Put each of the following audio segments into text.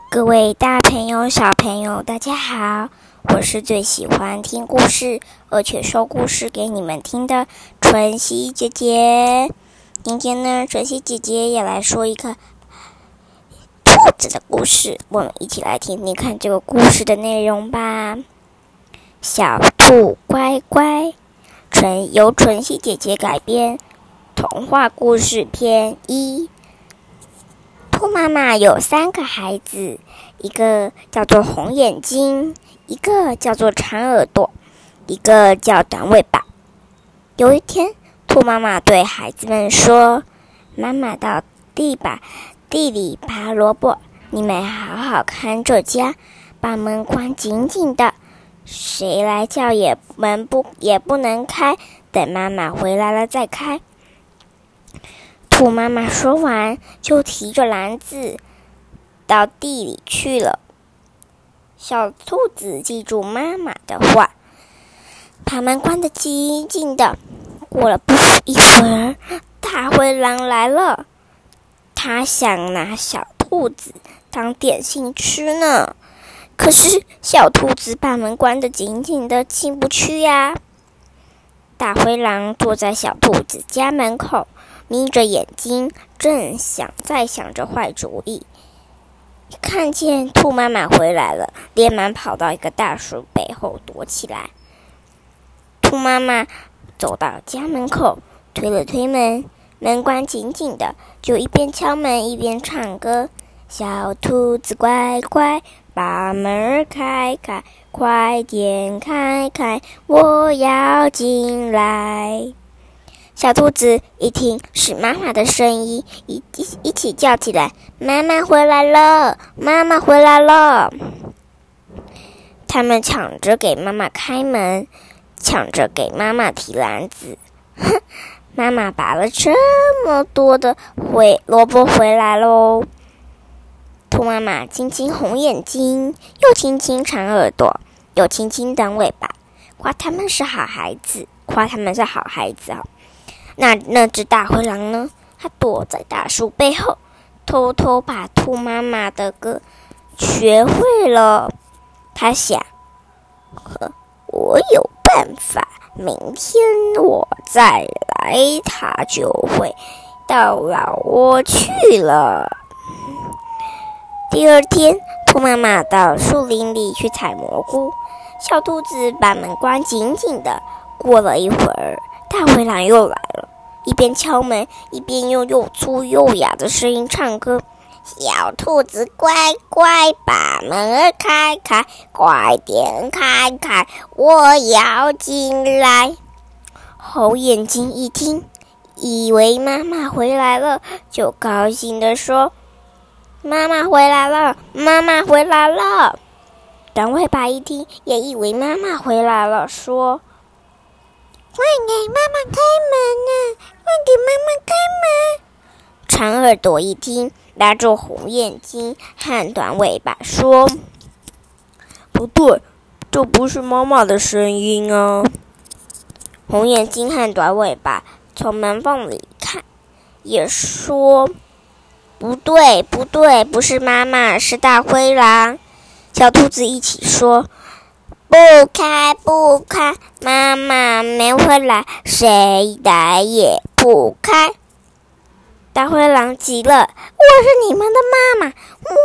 各位大朋友、小朋友，大家好！我是最喜欢听故事，而且说故事给你们听的春熙姐姐。今天呢，春熙姐姐也来说一个兔子的故事，我们一起来听听看这个故事的内容吧。小兔乖乖，由春熙姐姐改编，童话故事篇1。兔妈妈有3个孩子，一个叫做红眼睛，一个叫做长耳朵，一个叫短尾巴。有一天，兔妈妈对孩子们说：“妈妈到地里拔萝卜，你们好好看着家，把门关紧紧的，谁来叫也不能开，等妈妈回来了再开。”兔妈妈说完，就提着篮子到地里去了。小兔子记住妈妈的话，把门关得紧紧的。过了不一会儿，大灰狼来了，他想拿小兔子当点心吃呢。可是小兔子把门关得紧紧的，进不去呀。大灰狼坐在小兔子家门口，眯着眼睛，正在想着坏主意。看见兔妈妈回来了，连忙跑到一个大树背后躲起来。兔妈妈走到家门口，推了推门，门关紧紧的，就一边敲门一边唱歌：小兔子乖乖，把门开开，快点开开，我要进来。小兔子一听是妈妈的声音，一起叫起来：妈妈回来了，妈妈回来了！他们抢着给妈妈开门，抢着给妈妈提篮子。妈妈拔了这么多的萝卜回来喽！兔妈妈亲亲红眼睛，又亲亲长耳朵，又亲亲短尾巴，夸他们是好孩子，哦。那只大灰狼呢？它躲在大树背后，偷偷把兔妈妈的歌学会了。它想，我有办法，明天我再来，它就会到老窝去了。第二天，兔妈妈到树林里去采蘑菇，小兔子把门关紧紧的。过了一会儿，大灰狼又来了，一边敲门，一边用又粗又哑的声音唱歌：小兔子乖乖，把门开开，快点开开，我要进来。红眼睛一听，以为妈妈回来了，就高兴地说：妈妈回来了，妈妈回来了。短尾巴一听，也以为妈妈回来了，说：快给妈妈开门啊！快给妈妈开门！长耳朵一听，拉住红眼睛和短尾巴说：不对，这不是妈妈的声音啊！红眼睛和短尾巴从门缝里看，也说：不对，不是妈妈，是大灰狼。小兔子一起说：不开，妈妈没回来，谁来也不开。大灰狼急了：我是你们的妈妈！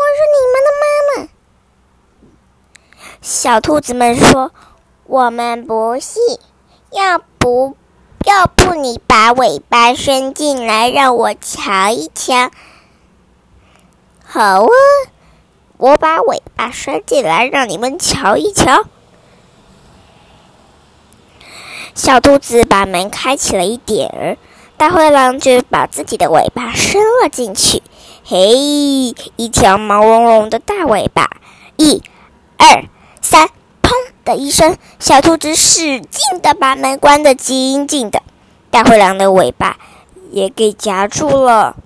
小兔子们说：我们不信，要不你把尾巴伸进来让我瞧一瞧。好啊，我把尾巴伸进来让你们瞧一瞧。小兔子把门开起了一点儿，大灰狼就把自己的尾巴伸了进去。嘿，一条毛茸茸的大尾巴，1、2、3，砰的一声，小兔子使劲地把门关得紧紧的，大灰狼的尾巴也给夹住了。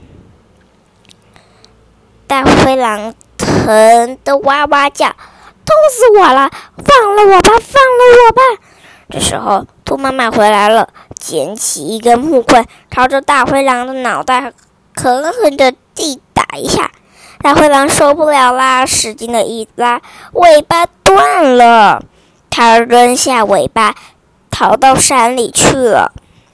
大灰狼疼得哇哇叫：痛死我了！放了我吧！这时候，兔妈妈回来了，捡起一根木棍，朝着大灰狼的脑袋狠狠地地打一下。 大灰狼受不了啦，使劲的一拉，尾巴断了。他扔下尾巴，逃到山里去了。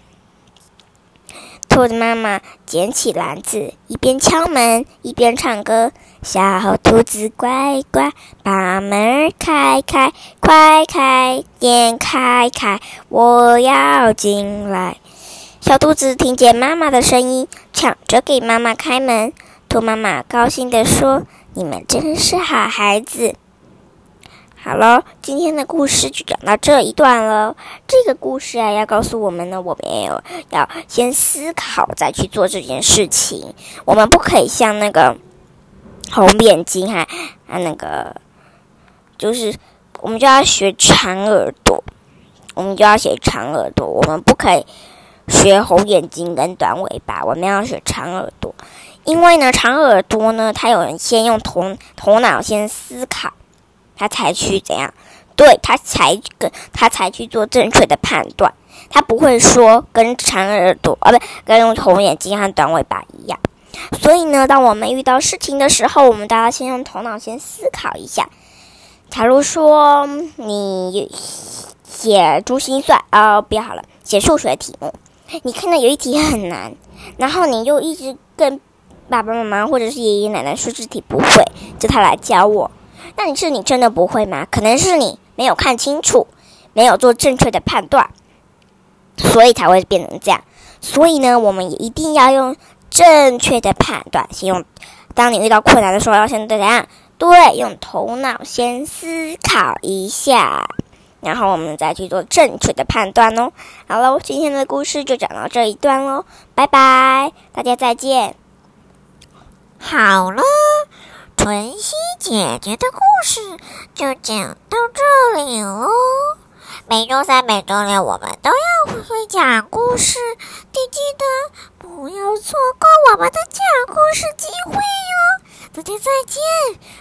兔子妈妈捡起篮子，一边敲门一边唱歌：小兔子乖乖，把门开开，快开点开开，我要进来。小兔子听见妈妈的声音，抢着给妈妈开门。兔妈妈高兴地说：你们真是好孩子。好了，今天的故事就讲到这一段了。这个故事要告诉我们呢，我们要先思考再去做这件事情。我们不可以像那个红眼睛那个，就是我们就要学长耳朵，我们不可以学红眼睛跟短尾巴，我们要学长耳朵。因为呢，长耳朵呢，它有人先用头脑先思考。他才去怎样？对，他才去做正确的判断。他不会说跟长耳朵跟红眼睛和短尾巴一样。所以呢，当我们遇到事情的时候，我们都要先用头脑先思考一下。假如说你写珠心算不要好了，写数学题目，你看到有一题很难，然后你又一直跟爸爸妈妈或者是爷爷奶奶说这题不会，叫他来教我。那你真的不会吗？可能是你没有看清楚，没有做正确的判断，所以才会变成这样。所以呢，我们也一定要用正确的判断。当你遇到困难的时候，要先怎样？对，用头脑先思考一下，然后我们再去做正确的判断哦。好了，今天的故事就讲到这一段咯，拜拜，大家再见。 好了。晨曦姐姐的故事就讲到这里咯。每周三、每周六我们都要会讲故事，记得不要错过我们的讲故事机会哟。大家再见。